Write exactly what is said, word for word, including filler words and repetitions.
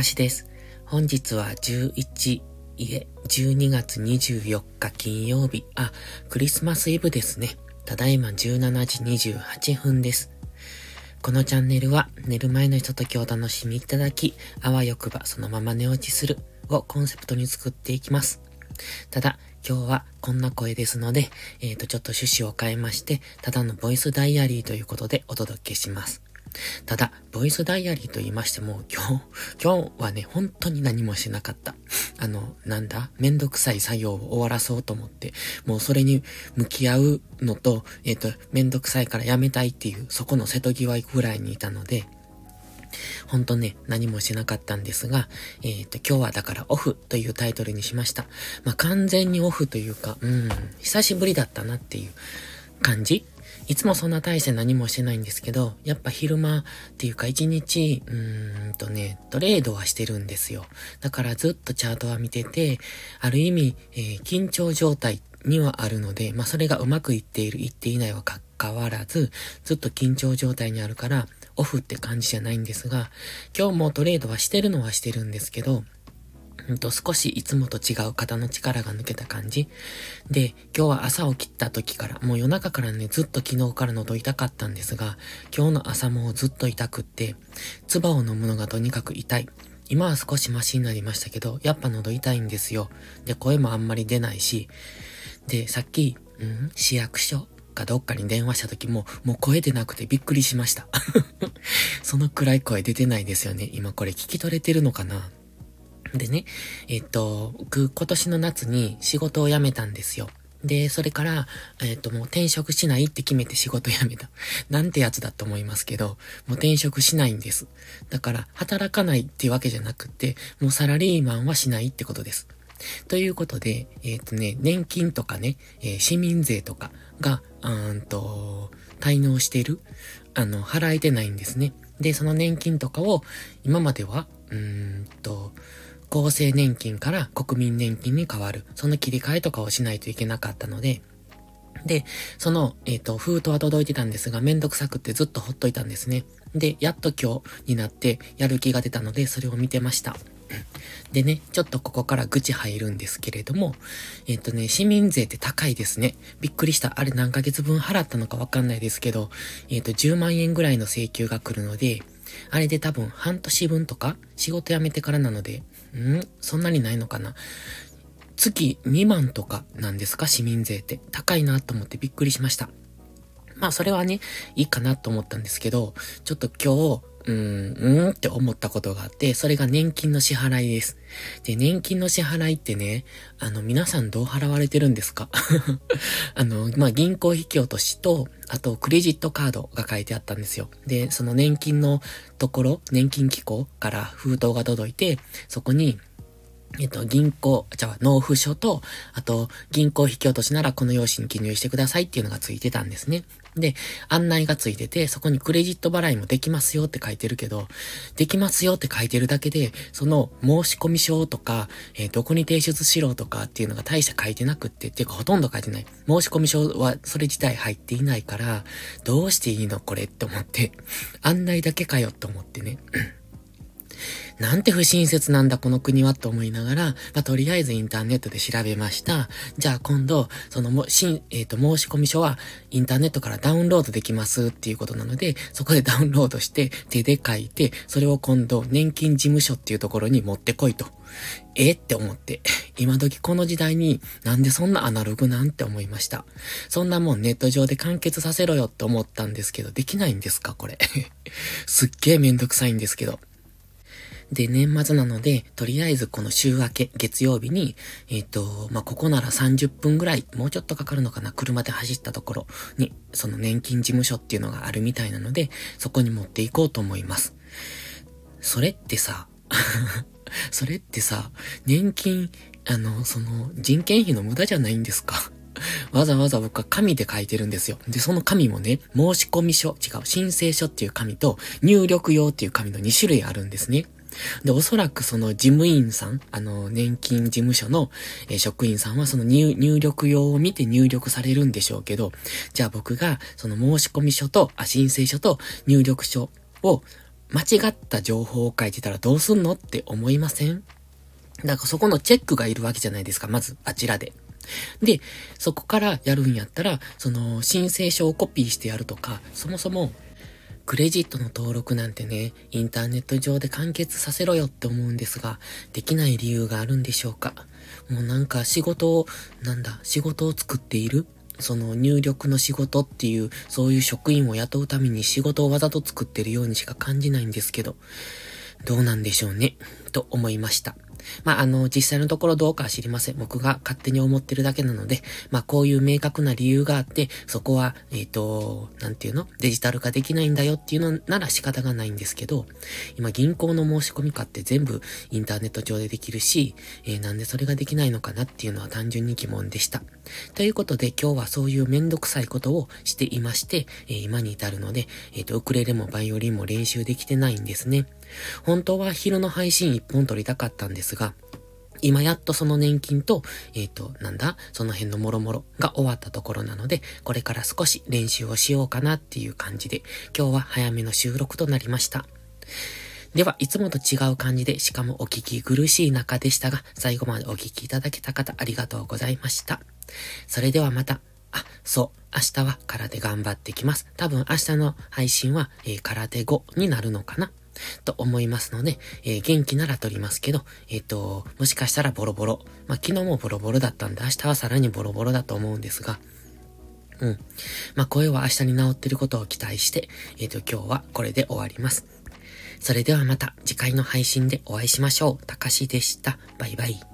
しです。本日はじゅういち、いえ、じゅうにがつにじゅうよっか金曜日、あ、クリスマスイブですね。ただいまじゅうしちじにじゅうはっぷんです。このチャンネルは寝る前のひとときをお楽しみいただき、あわよくばそのまま寝落ちするをコンセプトに作っていきます。ただ、今日はこんな声ですので、えーと、ちょっと趣旨を変えまして、ただのボイスダイアリーということでお届けします。ただ、ボイスダイアリーと言いましても、今日、今日はね、本当に何もしなかった。あの、なんだめんどくさい作業を終わらそうと思って、もうそれに向き合うのと、えっと、めんどくさいからやめたいっていう、そこの瀬戸際ぐらいにいたので、ほんとね、何もしなかったんですが、えっと、今日はだからオフというタイトルにしました。まあ、完全にオフというか、うん、久しぶりだったなっていう感じ。いつもそんな大して何もしてないんですけど、やっぱ昼間っていうか一日、うーんとね、トレードはしてるんですよ。だからずっとチャートは見てて、ある意味、えー、緊張状態にはあるので、まあそれがうまくいっている、いっていないは関わらず、ずっと緊張状態にあるから、オフって感じじゃないんですが、今日もトレードはしてるのはしてるんですけど、うんと少しいつもと違う肩の力が抜けた感じで、今日は朝起きた時から、もう夜中からね、ずっと昨日から喉痛かったんですが、今日の朝もずっと痛くって、唾を飲むのがとにかく痛い。今は少しマシになりましたけど、やっぱ喉痛いんですよ。で、声もあんまり出ないし、で、さっき、うん、市役所かどっかに電話した時も、もう声出なくてびっくりしました。そのくらい声出てないですよね。今これ聞き取れてるのかな？でね、えっと、僕、今年の夏に仕事を辞めたんですよ。で、それから、えっと、もう転職しないって決めて仕事辞めた。なんてやつだと思いますけど、もう転職しないんです。だから、働かないっていうわけじゃなくて、もうサラリーマンはしないってことです。ということで、えっとね、年金とかね、えー、市民税とかが、うーんと、滞納している、あの、払えてないんですね。で、その年金とかを、今までは、うーんと、厚生年金から国民年金に変わる。その切り替えとかをしないといけなかったので、で、その、えっと、封筒は届いてたんですが、めんどくさくってずっとほっといたんですね。で、やっと今日になってやる気が出たので、それを見てました。でね、ちょっとここから愚痴入るんですけれども、えっとね、市民税って高いですね。びっくりした。あれ何ヶ月分払ったのかわかんないですけど、えっと、じゅうまんえんぐらいの請求が来るので、あれで多分半年分とか仕事辞めてからなので、んそんなにないのかな。月にまんとかなんですか、市民税って。高いなと思ってびっくりしました。まあそれはね、いいかなと思ったんですけど、ちょっと今日、うーん、うーんって思ったことがあって、それが年金の支払いです。で、年金の支払いってね、あの、皆さんどう払われてるんですか？あの、まあ、銀行引き落としと、あと、クレジットカードが書いてあったんですよ。で、その年金のところ、年金機構から封筒が届いて、そこに、えっと、銀行、じゃあ、納付書と、あと、銀行引き落としならこの用紙に記入してくださいっていうのがついてたんですね。で、案内がついてて、そこにクレジット払いもできますよって書いてるけど、できますよって書いてるだけで、その申し込み書とか、えー、どこに提出しろとかっていうのが大して書いてなくって、っていうかほとんど書いてない。申し込み書はそれ自体入っていないから、どうしていいのこれって思って、案内だけかよって思ってね。なんて不親切なんだこの国はと思いながら、まあ、とりあえずインターネットで調べました。じゃあ今度、そのも、しん、えっと、申し込み書はインターネットからダウンロードできますっていうことなので、そこでダウンロードして手で書いて、それを今度年金事務所っていうところに持ってこいと。えって思って。今時この時代になんでそんなアナログなんて思いました。そんなもんネット上で完結させろよって思ったんですけど、できないんですかこれ。すっげーめんどくさいんですけど。で、年末なので、とりあえずこの週明け、月曜日に、えっと、まあ、ここならさんじゅっぷんぐらい、もうちょっとかかるのかな、車で走ったところに、その年金事務所っていうのがあるみたいなので、そこに持っていこうと思います。それってさ、それってさ、年金、あの、その、人件費の無駄じゃないんですか？わざわざ僕は紙で書いてるんですよ。で、その紙もね、申し込み書、違う、申請書っていう紙と、入力用っていう紙のに種類あるんですね。で、おそらくその事務員さん、あの、年金事務所の、えー、職員さんはその 入, 入力用を見て入力されるんでしょうけど、じゃあ僕がその申し込み書と、あ、申請書と入力書を間違った情報を書いてたらどうすんのって思いません？だからそこのチェックがいるわけじゃないですか、まず、あちらで。で、そこからやるんやったら、その、申請書をコピーしてやるとか、そもそも、クレジットの登録なんてね、インターネット上で完結させろよって思うんですが、できない理由があるんでしょうか。もうなんか仕事を、なんだ、仕事を作っているその入力の仕事っていう、そういう職員を雇うために仕事をわざと作ってるようにしか感じないんですけど、どうなんでしょうね、と思いました。まあ、あの、実際のところどうかは知りません。僕が勝手に思ってるだけなので、まあ、こういう明確な理由があって、そこは、えっと、なんていうの？デジタル化できないんだよっていうのなら仕方がないんですけど、今銀行の申し込み化って全部インターネット上でできるし、えー、なんでそれができないのかなっていうのは単純に疑問でした。ということで、今日はそういうめんどくさいことをしていまして、えー、今に至るので、えっと、ウクレレもバイオリンも練習できてないんですね。本当は昼の配信一本撮りたかったんですが、今やっとその年金と、えっと、なんだ、その辺のもろもろが終わったところなので、これから少し練習をしようかなっていう感じで、今日は早めの収録となりました。では、いつもと違う感じで、しかもお聞き苦しい中でしたが、最後までお聞きいただけた方ありがとうございました。それではまた。あ、そう、明日は空手頑張ってきます。多分明日の配信は、えー、空手後になるのかなと思いますので、えー、元気なら撮りますけど、えっと、もしかしたらボロボロ。まあ、昨日もボロボロだったんで、明日はさらにボロボロだと思うんですが、うん。まあ、声は明日に治ってることを期待して、えっと、今日はこれで終わります。それではまた次回の配信でお会いしましょう。たかしでした。バイバイ。